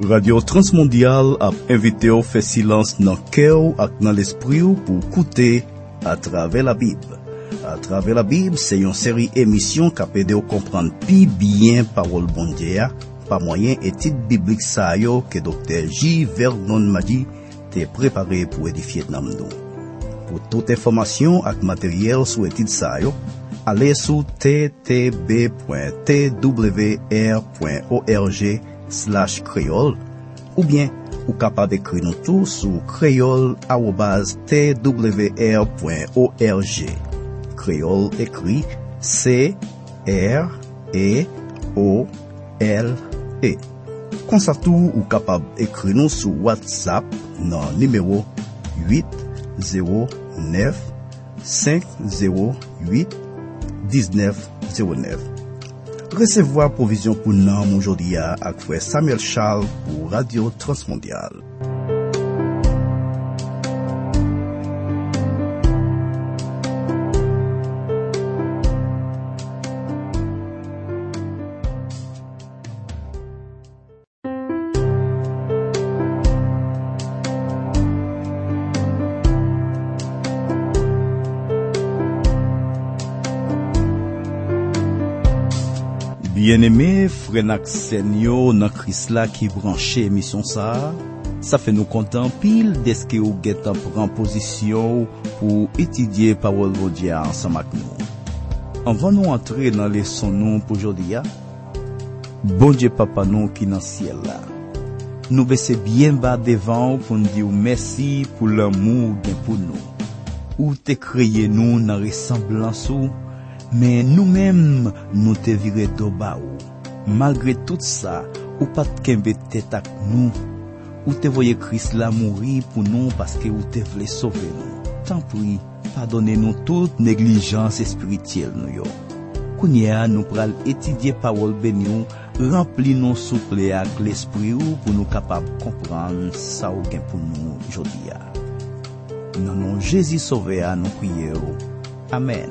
Radio Transmondial a invité au fait silence dans cœur et dans l'esprit pour écouter à travers la Bible. À travers la Bible, c'est une série émission qui aide à comprendre plus bien parole bon Dieu par moyen étude biblique ça yo que docteur J. Vernon Madi t'est préparé pour édifier dans nous. Pour toute information et matériel sur étude ça yo, allez sur ttb.twr.org/créole ou bien ou capable d'écrire nous tout sur creole@twr.org. Créole écrit C-R-E-O-L-E. Comme ça tout ou capable d'écrire nous sur WhatsApp dans numéro 809 508 1909. Recevoir provision pour nous aujourd'hui avec frère Samuel Charles pour Radio Transmondial. Bien-aimé, frère Naxenio, dans Christ là qui branche émission ça fait nous content pile d'est-ce que vous get prend position pour étudier parole de Dieu ensemble avec nous. Avant nous entrer dans les leçons nous pour aujourd'hui, bon Dieu papa nous qui dans ciel là. Nous baisser bien bas devant pour nous dire merci pour l'amour bien pour nous. Ou te créé nous dans ressemblance mais nous-mêmes, nous te viré d'oba ou. Malgré tout ça, ou pas de kembe tête avec nous, ou te voyez Christ là mourir pour nous parce que ou te voulez sauver nous. Tant pis, pardonnez-nous toute négligence spirituelle nous yo. Kounya, nous pral étudier parole béni, remplir nos souple avec l'esprit ou pour nous capable comprendre ça ou gain pour nous aujourd'hui. Dans nom Jésus sauvé à nous prier. Amen.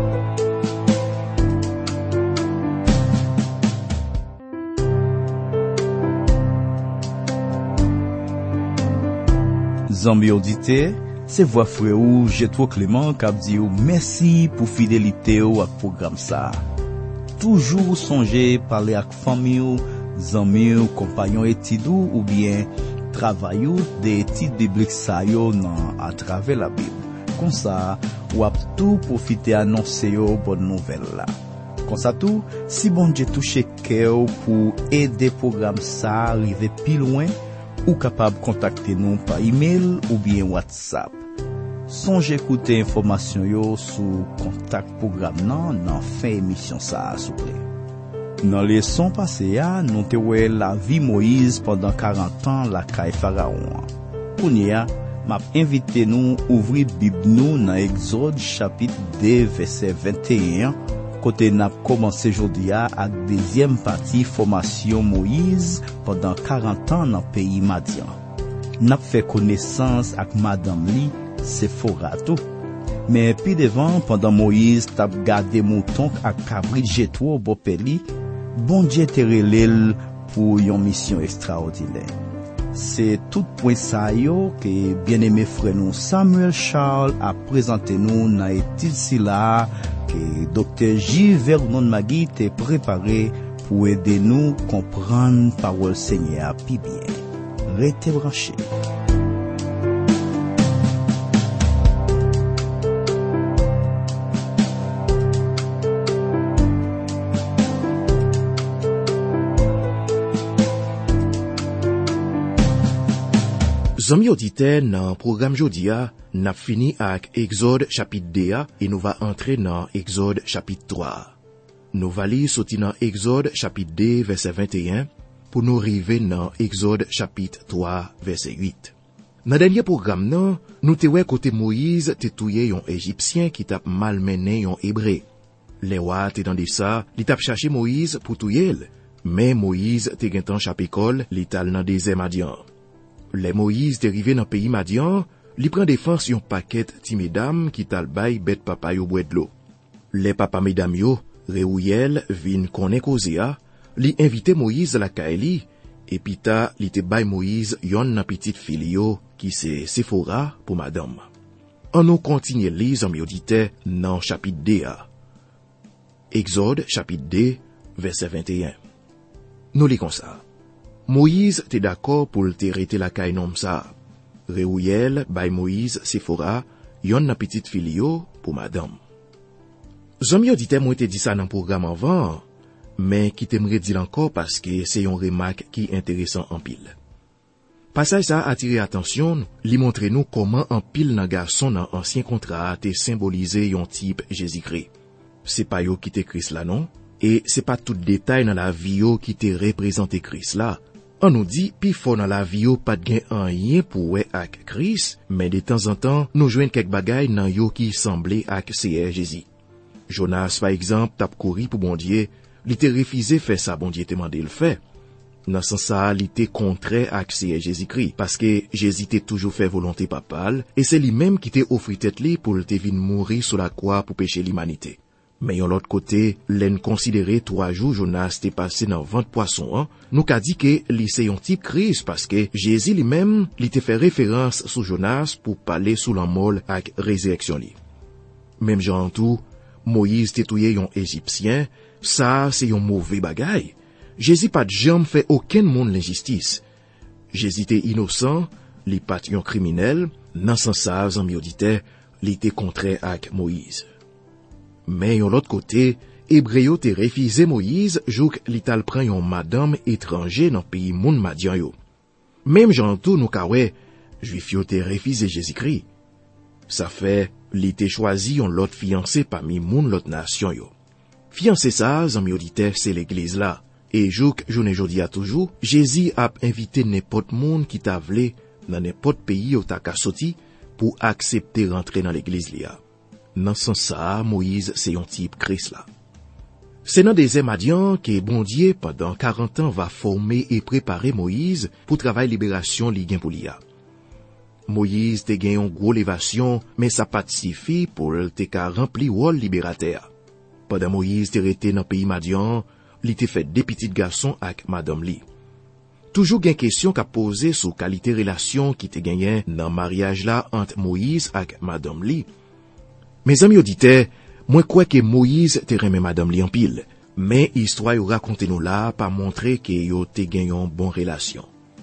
Zambie audité, c'est voix frère ou Jetro Clément qui dit merci pour fidélité au programme ça. Toujours songer parler avec famille, amis, compagnons études ou bien travailler des études bibliques ça yo à travers la Bible. Comme ça, ou a tout profiter annoncer aux bonnes nouvelles là. Comme ça tout, si bon Dieu touche cœur pour aider programme ça arriver plus loin, ou capable de contacter nous par email ou bien WhatsApp. Songez écouter information yo sur contact programme dans fin émission ça s'il vous plaît. Dans les leçons passées nous te wè la vie Moïse pendant 40 ans la caille Pharaon. Kounia m'a invité nous ouvrir Bible nous dans Exode chapitre 2 verset 21. Côté n'a commencé aujourd'hui avec deuxième partie formation Moïse pendant 40 ans dans pays Madian. N'a fait connaissance avec madame li Sephora tout. Mais puis devant pendant Moïse t'a gardé mouton avec cabrit Jetro Bopeli, bon Dieu te relève pour une mission extraordinaire. C'est tout point ça yo que bien-aimé frère nous Samuel Charles a présenté nous dans étude si là que docteur J. Vernon Magui t'est préparé pour aider nous comprendre parole Seigneur plus bien. Restez branchés. Zami auditeurs, dans le programme Jodia, n'a fini avec Exode chapitre 2 et nous va entrer dans Exode chapitre 3. Nous va lire sorti dans Exode chapitre 2 verset 21 pour nous arriver dans Exode chapitre 3 verset 8. Dans le dernier programme, nous te wè côté Moïse te touye yon Égyptien qui t'a malmené yon Hébreu. Les rois te dans ça, li t'a cherché Moïse pour touye, mais Moïse te gen tan chapékol, li tal dans désert Madian. Les Moïse te rive dans pays Madian, li prend défense yon paquet ti mesdames qui tal bay bête papa yo boued l'eau. Les papa mesdames yo, Reouyel vin konnen koze a, li invite Moïse la kaeli Et pita li te bay Moïse yon nan petite fille yo qui c'est Sephora pour madame. On nous continue lise en audite dans chapitre 2. Exode chapitre 2 verset 21. Nous lisons ça. Moïse te d'accord pour te rete la kay nom sa. Reouyel bay Moïse Sephora yon nan petite fille yo pour madame. Zami audite moi te dit ça dans programme avant, mais qui t'aimerait dire encore parce que c'est une remarque qui intéressant en pile. Passage ça a attiré attention, li montre nous comment en pile nan garçon dans ancien contrat te symboliser yon type Jésus-Christ. C'est pas yo qui te Christ là non, et c'est pas tout détail dans la vie yo qui te représente Christ là. On nous dit pi fort dans la vie yo pas de gain rien pour ouais ak Christ, mais de temps en temps nous joignent quelques bagailles dans yo qui semblait ak Seigneur Jésus. Jonas par exemple tap couri pour bon Dieu, li te refusé faire ça bon Dieu te mandé le faire. Dans ce sens ça, li te contraire ak Seigneur Jésus-Christ parce que Jésus te toujours fait volonté papale et c'est lui-même qui te offri tête li pour te vinn mourir sur la croix pour pécher l'humanité. Mais yon l'autre côté, l'en considéré 3 jours Jonas te passé dans ventre poisson, nous ka dit que li c'est un type Christ parce que Jésus lui-même li te fait référence sur Jonas pour parler sous la mort ak résurrection li. Même genre tout, Moïse te touye yon Égyptien, ça c'est yon mauvais bagay. Jésus pas jamais fait aucun monde l'injustice. Jésus était innocent, li pas yon criminel, dans sens ça, zanmi audite, li te contraire ak Moïse. Mais yon l'autre côté, Hébreu te refusé Moïse jouk li tal pran yon madame étranger dans pays moun Madian yo. Même genre tout nou ka wè, juif yo te refusé Jésus-Christ. Ça fait li te choisi yon l'autre fiancé parmi moun l'autre nation yo. Fiancé ça, zanmi audite, c'est l'église là. Et jouk journée jodi a toujours, Jésus a invité n'importe monde qui t'a vle dans n'importe pays ou ta ka soti pour accepter rentrer dans l'église là. Dans ce sens ça, Moïse c'est un type Christ là. C'est dans des Madian que bon Dieu pendant 40 ans va former et préparer Moïse pour travail libération li gen pou li a. Moïse te gen yon gros lévation, mais ça pas suffi pour te ka rempli rôle libérateur. Pendant Moïse te rete dans pays Madian, li te fait des petits garçons avec madame li. Toujours gen question qu'a posé sur qualité relation qui te gagné dans mariage là entre Moïse avec madame li. Mes amis auditeurs, moi crois que Moïse te remet madame li en pile, mais histoire yo raconte nous là pas montrer que yo te gagné une bonne relation.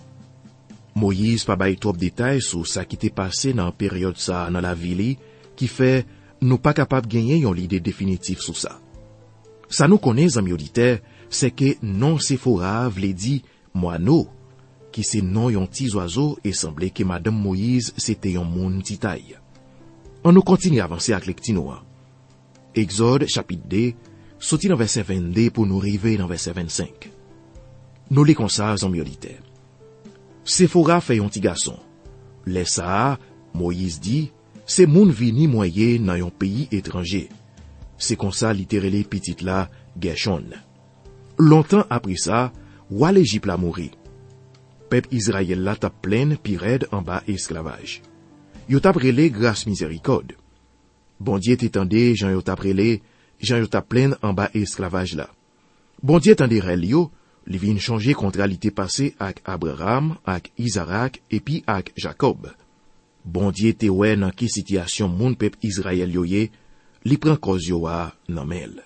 Moïse pas bay trop détails sur ça qui t'est passé dans période ça dans la vie li, qui fait nous pas capable gagner une idée définitive sur ça. Ça nous connaît, amis auditeurs, c'est que non Sephora vle dit moineau, qui c'est non yon petit oiseau et semblait que madame Moïse c'était yon moun ti taille. On nous continue à avancer avec lectinoa. Exode chapitre 2, sorti dans verset 22 pour nous arriver dans verset 25. Nous lisons ça, amis auditeurs. Sephora fait yon ti garçon. Les ça, Moïse dit, c'est moun vini moyen dans yon pays étranger. C'est comme ça littéralement petite là, Gershon. Longtemps après ça, roi l'Égypte l'a mouru. Peuple Israël là t'a plein pirède en bas esclavage. Yo t'a brûlé grâce miséricorde. Bon Dieu t'étendait, Jean yo t'a brûlé, Jean yo t'a plein en bas esclavage là. Bon Dieu t'endait rel yo, li vin changer contralité passé avec Abraham, avec Isaac et puis avec Jacob. Bon Dieu te wè nan ki situation moun peuple Israël yo ye, li pran koz yo a nan mel.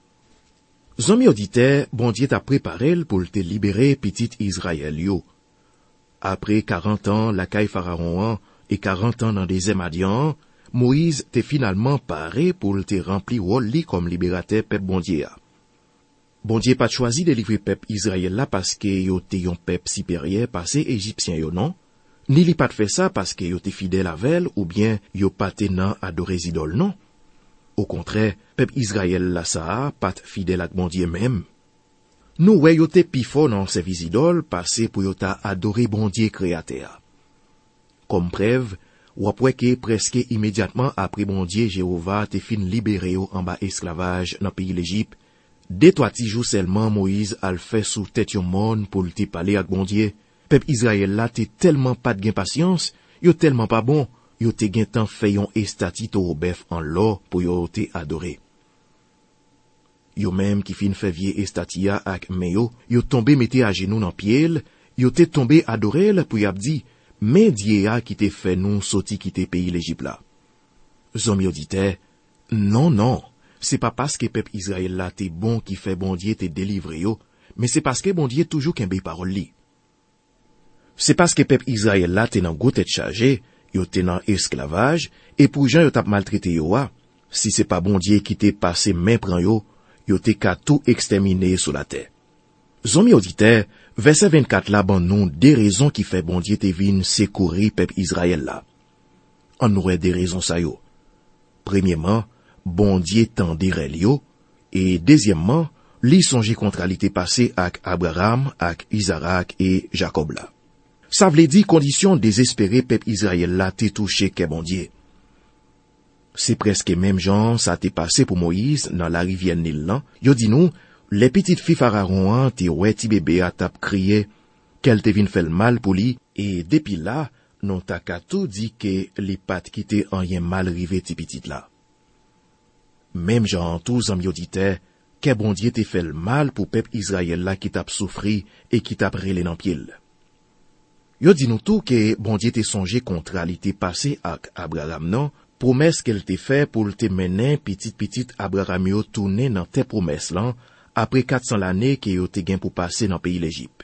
Zanmi audite, bon Dieu t'a préparé pour te libérer petit Israël yo. Après 40 ans la caille Pharaon et 40 ans dans des Madian, Moïse te finalement paré pour te remplir rôle li comme libérateur peuple bon Dieu. Bon Dieu pas choisi de livrer peuple Israël là parce que yo te yon peuple supérieur passé égyptien yo non. Ni li pas fait ça parce que yo te fidèle avec ou bien yo pas tenant adorer idole non. Au contraire, peuple Israël la ça pas fidèle ak bon Dieu même. Nous ouais yo te pi fort dans service idole parce pour yo ta adorer bon Dieu créateur. Comme preuve, ou après que presque immédiatement après bon Dieu Jéhovah te fin libéré yo en bas esclavage dans pays l'Égypte, 2-3 jours seulement Moïse a fait sous tête yon monde pour te parler ak bon Dieu. Peuple Israël là te tellement pas de gain patience, yo tellement pas bon, yo te gen tan fait yon estati taureau bœuf en l'or pour yo te adorer. Yo même qui fin fait vieux estatia ak meyo, yo tombé mette à genoux dans pied, Yo te tombé adorel pou y ap di, mais Dieu a qui te fait nous sorti quitter pays l'Égypte là. Zom yo dite, non, c'est pas parce que peuple Israël là te bon qui fait bon Dieu te délivre yo, mais c'est parce que bon Dieu toujours kembe parole li. C'est parce que peuple Israël là te nan gros tête chargé, yo te nan esclavage, et pour gens yo tap maltraité yo a, si c'est pas bon Dieu qui te passé main pran yo te ka tout exterminé sur la terre. Zom yo dite, verset 24 là ban nou des raisons qui fait bon Dieu te vin secourir peuple Israël là. On nouè des raisons sa yo. Premièrement, bon Dieu tende rel yo, et deuxièmement, li songe contralite passé ak Abraham, ak Isaac et Jacob là. Ça vle di condition désespérée peuple Israël là te touché ke bon Dieu. C'est presque même genre ça te passé pour Moïse dans la rivière Nil là. Yo di nou, les petites filles pharaon an te wè ti bébé a tap kriye, qu'elle te vin fel mal pour li, et depuis là, non ta ka tout dit que li pat ki te anyen mal rive ti petit là. Même genre tout zam yo dite, que bon Dieu te fel mal pour peuple Israël là qui tap souffri et qui tap rele nan piel. Yo di nou tout que bon Dieu te songe contralite passé ak Abraham non, promesse qu'elle te fait pour te mener petit Abraham yo tourner dans tes promesses là, après 400 l'année que yo te gen pour passer dans pays l'Égypte.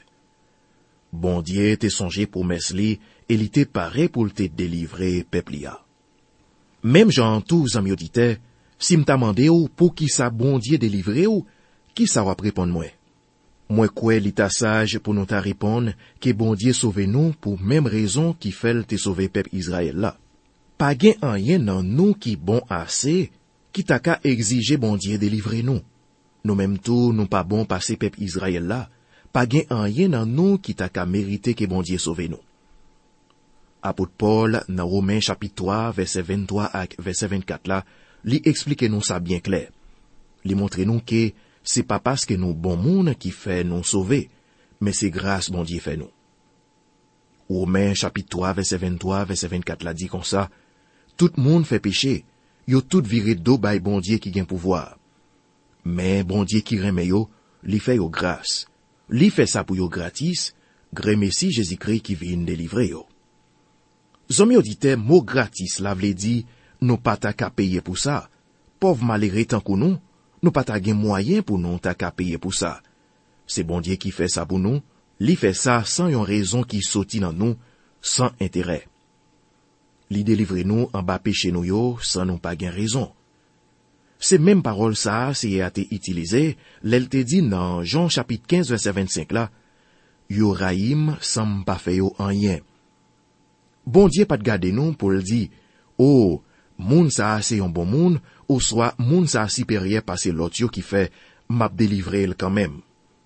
Bon Dieu te songe promesse li, et li te paré pour te délivrer peuple ya. Même Jean tout zam yo dite, si m'ta mande ou pour qui sa bon Dieu délivrer ou, qui sa wap répondre moi? Moi kwe li ta sage pour nous ta répondre que bon Dieu sauve nous pour même raison qui fait te sauver peuple Israël là. Pas gen anyen nan nous qui bon assez, qui ta ka exige bon Dieu délivrer nous. Nous même tout nous pas bon passer peuple Israël là, pas gen anyen nan nous qui ta ka mériter que bon Dieu sauve nous. Apôtre Paul dans Romains chapitre 3 verset 23 ak verset 24 là, li explique nous ça bien clair. Li montre nous que c'est pas parce que nous bon monde qui fait nous sauver, mais c'est grâce bon Dieu fait nous. Romains chapitre 3 verset 23 verset 24 là dit comme ça, tout monde fait péché, yo tout viré do bay bon Dieu qui gen pouvoir. Mais bon Dieu qui remet yo, li fait yo grâce. Li fait ça pour yo gratis, gré Messie Jésus-Christ qui vient délivrer yo. Zom yo dite mot gratis la vle di, nous pas ta ka payer pour ça. Pauvre malheureux tant que nous pas ta gen moyen pour nous ta ka payer pour ça. C'est bon Dieu qui fait ça pour nous, li fait ça sans yon raison qui sorti dans nous, sans intérêt. Li délivre nous en bas péché nous yo, sans nous pas gen raison. C'est même parole ça, c'est a été utilisé, l'elle te dit dans Jean chapitre 15 verset 25 là, yo raïm sans pas fait yo rien. Bon Dieu pas de garder nous pour le dire, oh, moun sa c'est un bon moun, ou soit moun sa supérieur parce l'autre yo qui fait, m'a délivré elle quand même.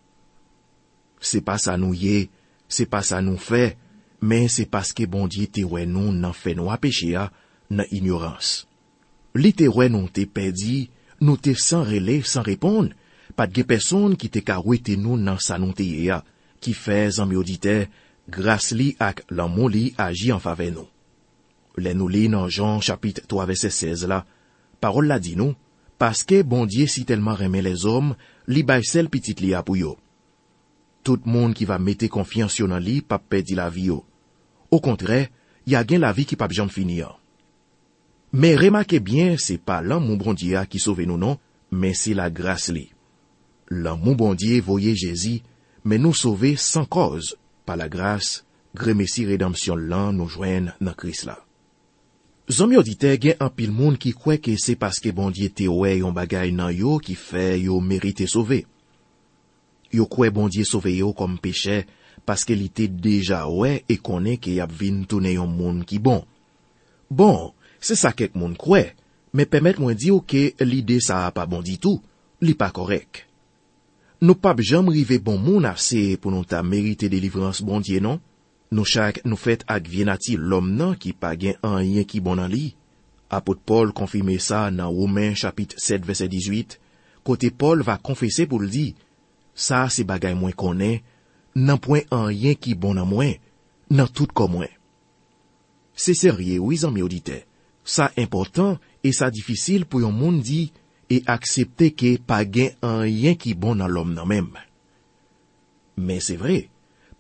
C'est pas ça nous yé, c'est pas ça nous fait, mais c'est parce que bon Dieu te wè nous nan fait nous a péché a, nan ignorance. Li te wè nous te perdi, nous te sans relais, sans répondre, pas de personne qui te ka wete nous nan sa nou te yé a, qui fait zanmi audite, grâce li ak l'amour li agi en faveur nous. Le nous li dans Jean chapitre 3 verset 16 là, parole la dit nous, parce que bon Dieu si tellement remet les hommes, li bay sel petite li a pou yo. Tout monde qui va mettre confiance dans li pa perdre la vie yo. Au contraire, y a gen la vie qui pa jamais finir. Mais remarquez bien, c'est pas l'amour bon Dieu qui sauve nous non, mais c'est la grâce li. L'amour bon Dieu voyait Jésus, mais nous sauver sans cause, par la grâce, gré Messie rédemption lan nous joignent dans Christ là. Zom yo dite gen an pile monde qui croit que c'est parce que bon Dieu te wè yon bagay nan yo qui fait yo mérite sauver. Yo croit bon Dieu sauve yo comme péché parce qu'il était déjà ouais et connaît qu'il y a vinn tourner yon monde qui bon. Bon, c'est ça quelques monde croit, mais permettez-moi dire que l'idée ça a pas bon du tout, li pas correct. Nous pas jamais rive bon monde assez pour nous ta mériter délivrance bon Dieu non. Nous chaque nous fait ak vienati l'homme nan qui pas gen rien qui bon dans li. Apôtre Paul confirme ça dans Romains chapitre 7 verset 18, côté Paul va confesser pour le dire, ça c'est bagay moins connaît, nan point rien qui bon dans moi, nan tout comme moi. C'est sérieux, oui, zanmi audite. Ça important et ça difficile pour yon monde dit et accepter que pas gen rien qui bon dans l'homme nan même. Mais c'est vrai,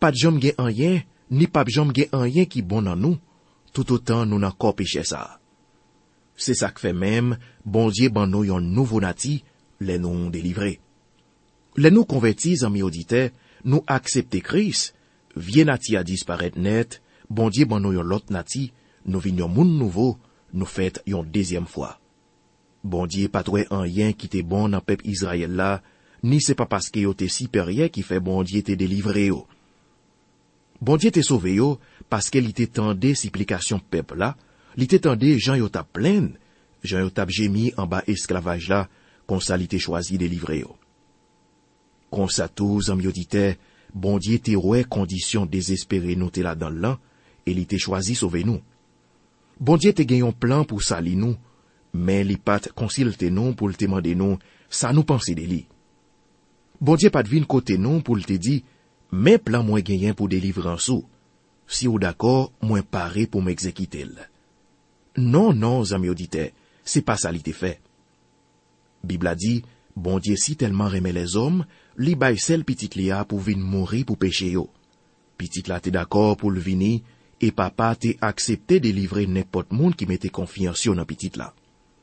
pas de jom gen anyen, ni pas jom gen anyen qui bon dans nous, tout autant nous nan corps péché ça. C'est ça que fait même, bon Dieu ban nous yon nouveau nati, les nous délivrés. Les nous convertis, amis auditeurs, nous accepter Christ, vieux nati a disparaître net, bon Dieu ban nous yon l'autre nati, nous vignon moun nouveau, nous fait yon deuxième fois. Bon Dieu pas trouvé anyen qui était bon dans peuple Israël là, ni c'est pas parce que yo te supérieur qui fait bon Dieu te délivré yo. Bon Dieu te sauvé yo parce qu'il était tendé supplication peuple là, il était tendé Jean yo t'a plein, Jean yo t'a gémi en bas esclavage là, comme ça il était choisi délivrer yo. Comme ça tous amis auditeurs, bon Dieu te ouais condition désespérée nous te là dans l'an, et il était choisi sauver nous. Bon Dieu te gagne un plan pour salir nous, mais li pat consulte nous pour te demander nous, ça nous penser de li. Bon Dieu pas devine côté nous pour te dire, mais plan moins gagnant pour délivrance ou. Si ou d'accord, moins paré pour m'exécuter. Non, amis auditeurs, c'est pas ça li te fait. Bible a dit, bon Dieu si tellement remet les hommes, li bay sel petite lia pour vin mourir pour péché yo. Petite la te d'accord pour le vini, et papa te accepté de livrer n'importe monde qui mette confiance dans petite la.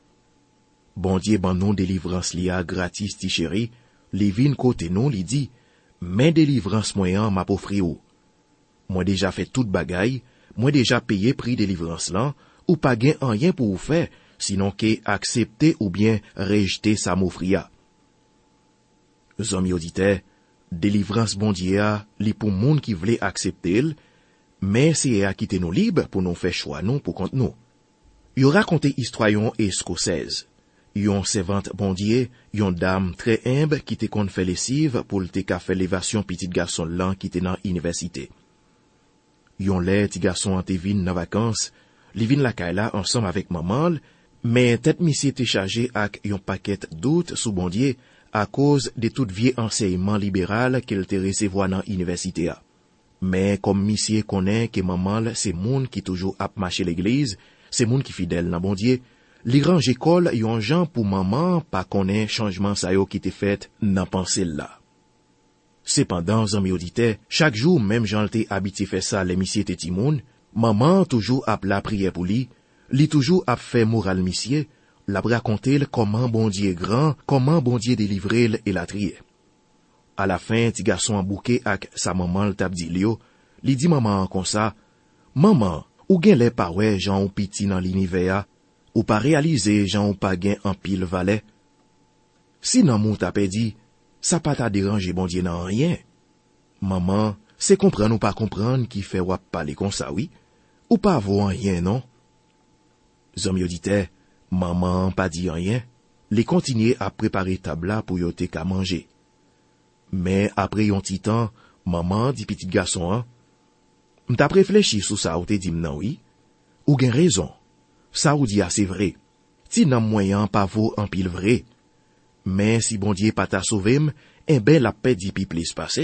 Bon Dieu ban non délivrance lia gratis ti chéri, li vin côté non li dit, mais délivrance moyen m'a offri ou. Moi déjà fait toute bagaille, moi déjà payé prix délivrance là, ou pas gain rien pour vous faire, sinon que accepter ou bien rejeter sa m'offria. Amis auditeurs, délivrance bon Dieu a, li pour monde qui voulait accepter, mais c'est à quitter nous libres pour nous faire choix nous pour compte nous. Y raconté histoire yon escocise. Yon servante bon Dieu, yon dame très humble qui te kon fait lessive pour te ka fait l'évasion petit garçon là qui te dans université. Yon lè ti garçon an te vin nan vacances, li vin la kay la ensemble avec maman, mais tête monsieur te chargé ak yon paquet doute sous bon Dieu à cause de tout vieux enseignement libéral qu'elle te recevoir dans université a. Mais comme monsieur connaît que maman c'est moun qui toujours ap marcher l'église, c'est moun qui fidèle nan bon Dieu, li range école yon jan pour maman pas connaît changement sa yo qui te fait nan pensée là. Cependant, amis auditeurs, chaque jour même Jean te habitué faire ça les monsieur te timoun, maman toujours ap la prière pour li toujours ap fait moral monsieur, la raconter comment bon Dieu grand, comment bon Dieu délivré et la trier. À la fin, ti garçon en bouquet ak sa maman le tap di li dit maman comme ça, maman, ou gen les pa wè Jean ou piti dans l'univers, ou pas réaliser Jean ou pas gen en pile valet. Si nan moun tapé dit, ça pas t'a déranger bon Dieu nan rien. Maman, c'est comprendre ou pas comprendre qui fait wap parler comme ça, oui? Ou pas voir rien, non? Zami auditeurs, maman pas dit rien, les continuer à préparer tabla pour yote ka manger. Mais après yon ti temps, maman dit petit garçon, hein, m'ta réfléchi sur ça ou te dit non, oui? Ou gen raison. Ça ou dit c'est vrai. Ti nan moyen pas vaut en pile vrai. Mais si bon Dieu pas t'a sauvé, eh ben la paix dit pi plis passé.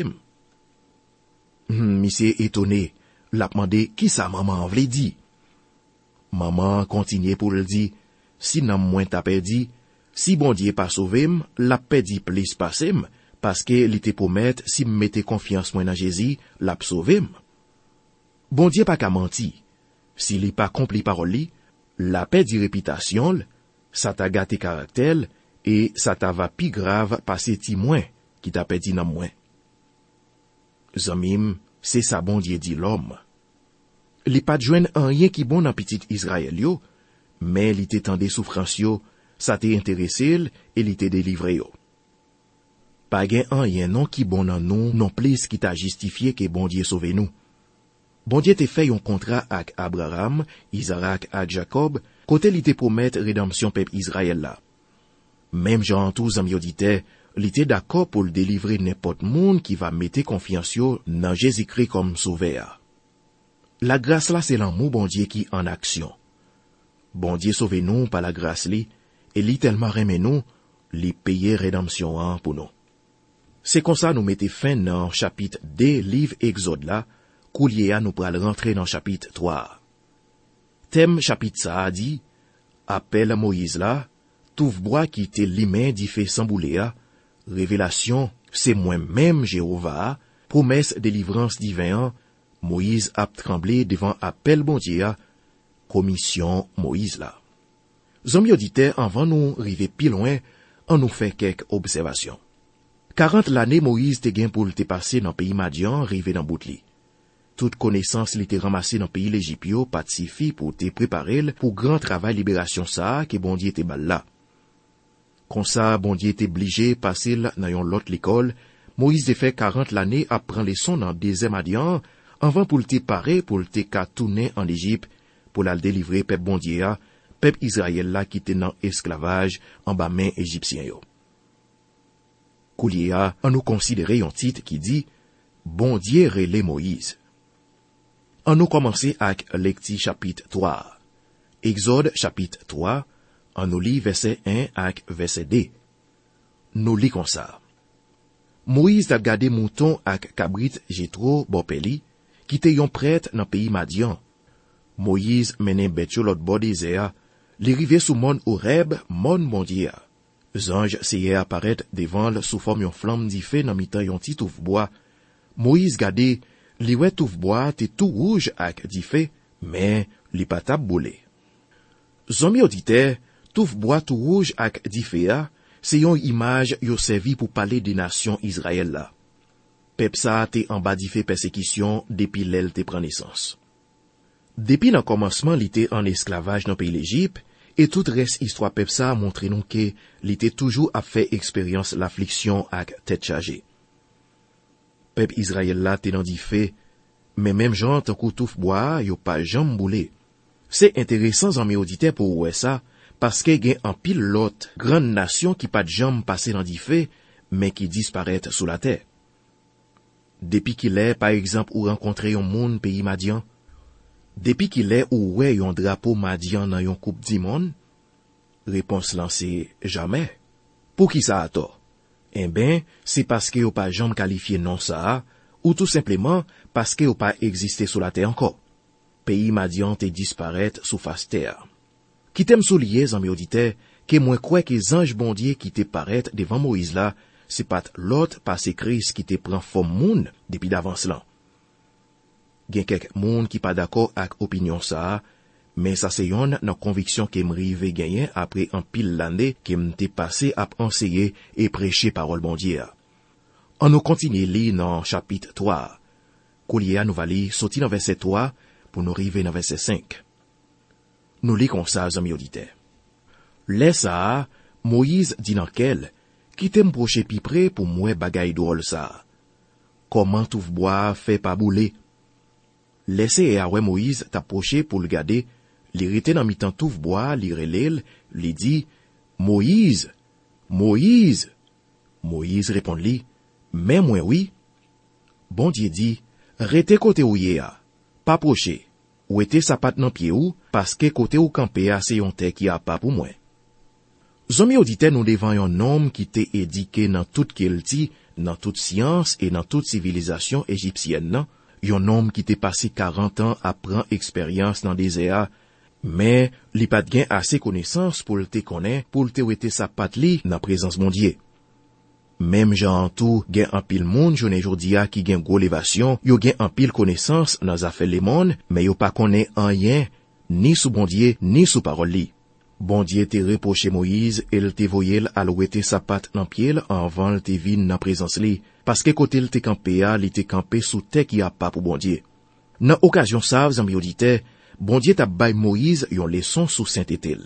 Monsieur étonné, l'a demandé qui ça maman vle dit. Maman continue pour le dire, si nan moins t'a perdu, si bon Dieu pas sauvé, la paix dit plis passé, parce que il te promet si m'mette confiance moi dans Jésus, l'a sauvé. Bon Dieu pas qu'à menti. S'il n'est pas accompli parole li, la paix dit réputation, ça t'a gâté caractère, et ça t'a va pi grave passer ti moins, qui t'a perdu nan moins. Zamim, c'est ça bon Dieu dit l'homme. Li pas joine en rien qui bon dans petit Israël yo, mais li te tendé souffrance yo, ça t'est intéressé, et li te délivré yo. Pas gen en rien non qui bon nan nous, non plus qui t'a justifié que bon Dieu sauve nous. Bon Dieu te fait un contrat avec Abraham, Isaac et Jacob, côté li te promet rédemption peuple Israël là. Même Jean tous amis auditeurs, li te d'accord pour le délivrer n'importe monde qui va mettre confiance yo dans Jésus-Christ comme sauveur. La grâce là c'est l'amour bon Dieu qui en action. Bon Dieu sauve nous par la grâce li, et li tellement remet nous, li payer rédemption pour nous. C'est comme ça nous mettez fin dans chapitre 2 livre Exode là, Koulier à nous pral rentrer dans chapitre 3. Thème chapitre ça a dit, appel à Moïse là, touv bois qui te li main dit fait sambouler, révélation, c'est moi-même Jéhovah, promesse délivrance divin, Moïse a tremblé devant appel bon Dieu, commission Moïse là. Zami auditeur, avant nous river plus loin, on nous fait quelques observations. 40 l'année Moïse te gen pour te passer dans pays Madian, rivé dans Boutli. Toute connaissance li te ramassé dans pays l'Égyptio, pas de suffi pour te préparer pour grand travail libération ça, que bon Dieu te bal là. Comme ça, bon Dieu te obligé passer dans yon l'autre l'école, Moïse te fait 40 l'année à prendre leçon dans désert Madian, avant pour te parer pour te ka tourner en Égypte, pour la délivrer peuple bon Dieu, peuple Israël là qui était dans esclavage en bas main égyptien yo. Kouliya, on nous considérer un titre qui dit Bon Dieu relé Moïse. On nous commencer avec Lecti chapitre 3. Exode chapitre 3, on nous lit verset 1 avec verset 2. Nous lit comme ça. Moïse a gardé mouton avec cabrit Jétro Bopeli, qui était yon prêtre dans pays Madian. Moïse mené bête l'autre bord désert, li rive sous mon Horeb, mon bon Dieu. Zange seye apparaître devant le sous forme yon flamme di feu dans mitan yon ti touf bois. Moïse gade, li wè touf bois te tout rouge ak di feu, mais li pa tap boule. Zanmi auditeur, touf bois tout rouge ak di feu a, c'est yon image yo servi pour parler des nations Israël là. Pep sa te en bas di feu persécution depuis l'el te prend naissance. Depuis dans commencement li te en esclavage dans pays l'Égypte, et tout reste histoire pep sa montre nous que l'était toujours a fait expérience l'affliction avec tête chargée. Pep Israël là te dans di fait, mais même gens tant kou touf bois yo pas jambe boulé. C'est intéressant en mes auditeurs pour ouais ça, parce que gen en pile l'autre grande nation qui pas de jambe passé dans di fait, mais qui disparaît sous la terre. Depuis qu'il est, par exemple, ou rencontrer un monde pays Madian, depuis qu'il est ou ouais yon drapeau Madian dans yon coupe du monde, réponse lancée jamais. Pour qui ça a tort? Eh ben, c'est parce que yon pas jamais qualifié non ça, ou tout simplement parce que yon pas existé sous la terre encore. Pays Madian te disparaît sous face terre. Qui t'aime soulier, en mes auditeurs, que moi crois que les anges bondiers qui te paraît devant Moïse là, c'est pas l'autre passé Christ qui te prend forme moun depuis d'avance là. Gen quelques moun qui pas d'accord avec opinion ça, mais ça c'est yon nan conviction que m'rive gagner après un pile l'année que m'te passé à enseigner et prêcher parole bon Dieu. On nous continue li dans chapitre 3. Kouliya nous va li sorti dans verset 3 pour nous arriver dans verset 5. Nous li comme ça, amis auditeurs. Laisse ça, Moïse dit dans quel, qui t'aime proche pi près pour moi bagay drôle ça. Comment touf bois fait pas bouler? Laissez à Moïse t'approcher pour le garder, li rete dans mi-temps touf bois, li relèl, li dit, Moïse, Moïse. Moïse répond li, mais moi oui. Bon Dieu dit, rete côté ou yé a, pas approcher, ou était sa patte nan pied ou, parce que côté ou campé a c'est yon terre qui a pas pour moi. Zomi auditeur nous devant yon homme qui t'est éduqué dans toute kelti, dans toute science et dans toute civilisation égyptienne nan, yon homme qui t'est passé 40 ans à prendre expérience dans des désert, mais li pat gen assez connaissance pour te connaître, pour te wete sa patte li dans présence mon Dieu. Même gens tout gen en pile monde journée jodia qui gen gros élévation, yo gen en pile connaissance dans affaires le monde, mais yo pas connaît rien ni sous bon Dieu ni sous parole li. Bon Dieu te reproché Moïse et te voyel à l'ouete sa patte dans pied avant le te vin dans présence li, parce que côté le te campé a, li te campé sous terre qui a pas pour bon Dieu. Dans occasion ça, amis auditeurs, bon Dieu t'a bay Moïse yon leçon sous sainteté.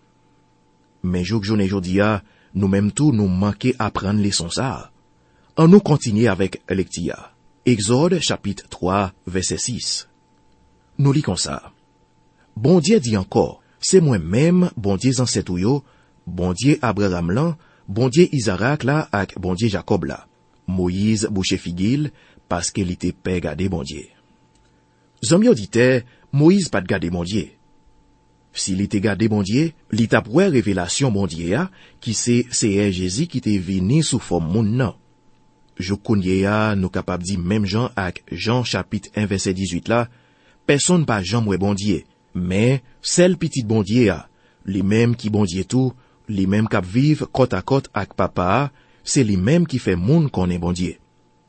Mais journée jodia, nous même tout nous manquer apprendre leçon ça. On nous continue avec Lectia. Exode chapitre 3 verset 6. Nous lit comme ça. Bon Dieu dit encore, c'est moi-même, bon Dieu ancêtre ou yo, bon Dieu Abraham là, bon Dieu Isaac là, ak bon Dieu Jacob là. Moïse bouche figil, parce qu'il était père gade bon Dieu. Zomi auditeur, Moïse pas de gade bon Dieu. S'il était gade bon Dieu, li tap wè révélation bon Dieu a, qui c'est Jésus qui t'est venu sous forme moun nan. Je connais a, nous capable di même Jean ak Jean chapitre 1 verset 18 là, personne pas Jean wè bon Dieu, mais celle petite bon Dieu a, li même qui bon Dieu tout, li même k'ap vive côte à côte ak papa, c'est li même qui fait moun connaît bon Dieu.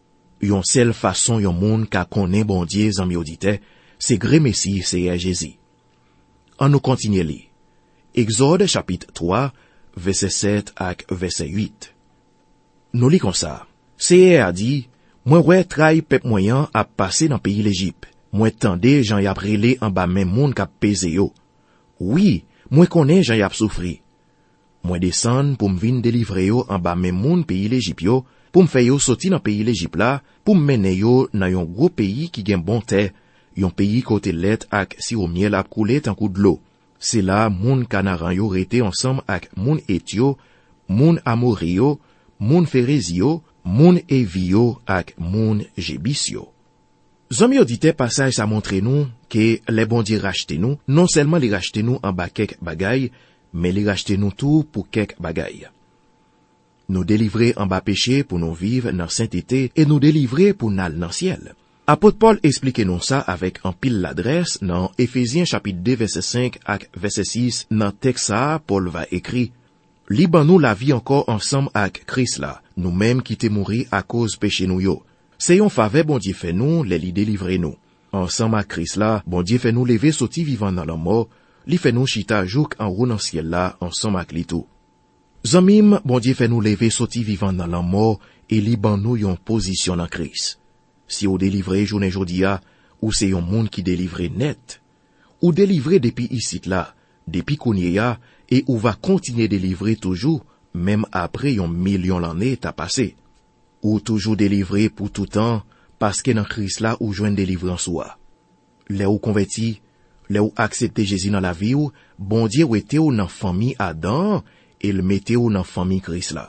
Yon seule façon yon moun ka konnen bon Dieu zanmi audite, c'est gré Messie Seigneur Jésus. On nous continue li. Exode chapitre 3, verset 7 ak verset 8. Nous li comme ça. Seigneur a dit, moi wè trai pep moyen a passer dans pays l'Égypte. Moi tande jan y ap rele en bas men moun kap pese yo. Oui, moi konnen jan y ap soufri. Moi descend pour m'vin délivrer yo en bas men moun pays l'Égypte yo, pour me faire yo sorti dans pays l'Égypte là, pour mener yo dans yon gros pays qui gen bon terre, yon pays côté let ak si au miel ap koule tan kou de l'eau. C'est là moun Canaran yo rete ensemble ak moun Etio, moun Amorio, moun Ferezio, moun Evio ak moun Jebisio. Zami audite passage ça montre nous que les bon Dieu rachete nous, non seulement les rachete nous en bas quelques bagailles, mais les rachete nous tout pour quelques bagailles. Nous délivrer en bas péché pour nous vivre dans sainteté et nous délivrer pour n'al dans ciel. Apôtre Paul explique nous ça avec un pile l'adresse dans Éphésiens chapitre 2 verset 5 ak verset 6 dans texte ça Paul va écrit li ban nous la vie encore ensemble avec Christ là, nous-mêmes qui t'es mouri à cause péché nous yo. C'est yon faveur bon Dieu fait nous, les li délivrer nous. Ensemble avec Christ là, bon Dieu fait nous lever sorti vivant dans la mort, li fait nous chita jouk en roue dans ciel là ensemble avec li tout. Zamim, bon Dieu fait nous lever sorti vivant dans la mort et li ban nous yon position dans Christ. Si ou délivrer journée jodia, ou c'est yon monde qui délivre net, ou délivrer depuis ici là, depuis Kounia, et ou va continuer délivrer toujours, même après yon million l'année t'a passé. Ou toujours délivrer pour tout temps, parce que dans Christ là ou joine délivrance ouah. Les ou converti, les ou accepter Jésus dans la vie ou, bon Dieu ou était ou dans famille Adam, et le mettez ou dans famille Christ là.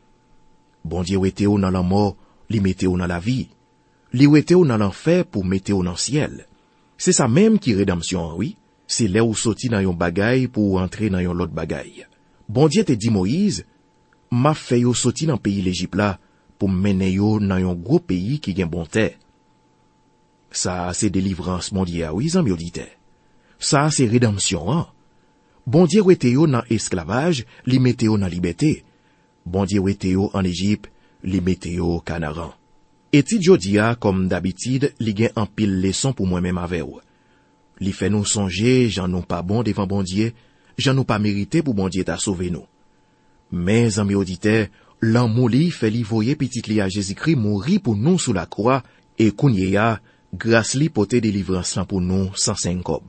Bon Dieu ou était ou dans la mort, li mettez ou dans la vie. Li ou était ou dans l'enfer pour mettre ou dans le ciel. C'est ça même qui rédemption, oui. C'est là où sorti dans yon bagay pour entrer dans yon l'autre bagay. Bon Dieu te dit Moïse, m'a fait yo sorti dans pays l'Égypte là, pour mener yo dans yon gros pays qui gen bon terre. Ça, c'est délivrance, mon Dieu, oui, zan mi dite. Ça, c'est rédemption, hein. Bon Dieu ou était yo dans esclavage, li mette yo dans liberté. Bon Dieu ou était yo en Égypte, li mette yo Canaran. Et ti jodia, comme d'habitude, li gen en pile leçon pour moi-même avec ou. Li fait nous songer, j'en nous pas bon devant bon Dieu, j'en nous pas mérité pour bon Dieu t'a sauvé nous. Mais, amis auditeurs, l'amour li fait li voyer petit li à Jésus-Christ mourir pour nous sous la croix, et kounye grâce li pote délivrance pour nous sans 5 cob.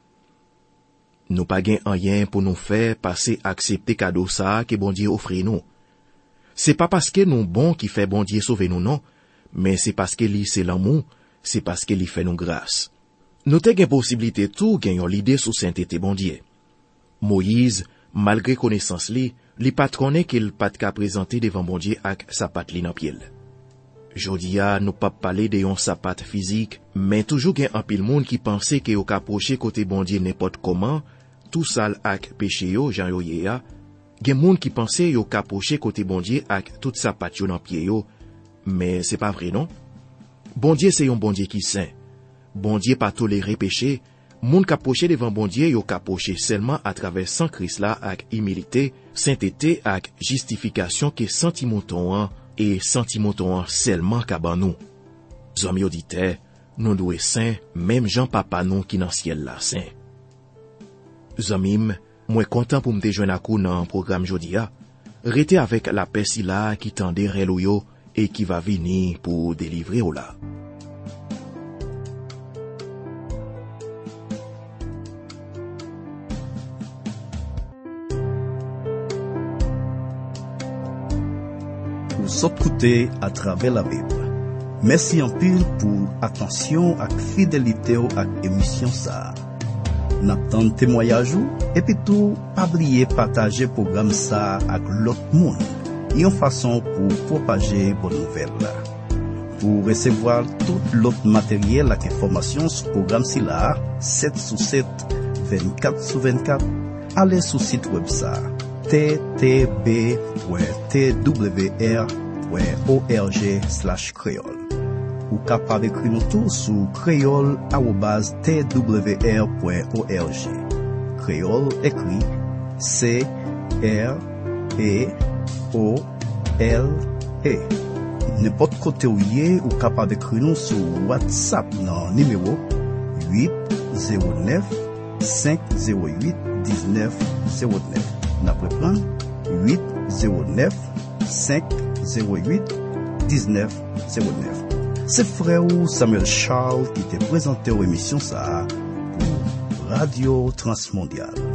Nous pas gen rien pour nous faire passer accepter cadeau ça que bon Dieu offre nous. C'est pas parce que nous bon qui fait bon Dieu sauver nous non, mais c'est parce que li c'est l'amour, c'est parce que li fait nous grâce. Nous te gen possibilité tout gen yon l'idée sous sainteté bon Dieu. Moïse, malgré connaissance li pat konnen qu'il pat ka présenter devant bon Dieu ak sapat li nan pied. Jodia nous pas parler de yon sapat physique, mais toujours gen un pile monde qui pensait que yo ka approcher côté bon Dieu n'importe comment, tout sale ak péché yo jan yo ye ya. Gen monde qui pensait yo ka approcher côté bon Dieu ak tout sapat yo nan pied yo, mais c'est pas vrai non. Bon Dieu c'est yon bon Dieu qui saint. Bon Dieu pas tolérer péché, moun ka approcher devant bon Dieu yo ka approcher seulement à travers sang Christ là ak humilité, sainteté ak justification que sentimenton et sentimenton seulement ka ban nous. Zami auditeurs, nous doit saint même Jean papa nous qui dans ciel là saint. Zamim, moi content pour me joindre à kou dans programme jodia. Rete avec la paix si là qui tendait relo yo et qui va venir pour délivrer ou là. Ou sot koute à travers la Bible. Merci en pile pour attention ak fidélité ak émission ça. N'attend témoignage et puis tout pas oublier partager programme ça avec l'autre monde. Une façon pour propager bonne nouvelle. Pour recevoir tout l'autre matériel ak information sur programme si là 7 sur 7 24 sur 24 allez sur site web ça ttb.twr.org/creole ou capable écrire nous tout sur creole@twr.org. Creole écrit C-R-E-O-L-E. N'importe côté où y est, ou capable d'écrire nous sur WhatsApp dans le numéro 809 508 1909. N'a pas prendre 809 508 1909. C'est frère Samuel Charles qui t'a présenté aux émissions ça pour Radio Transmondiale.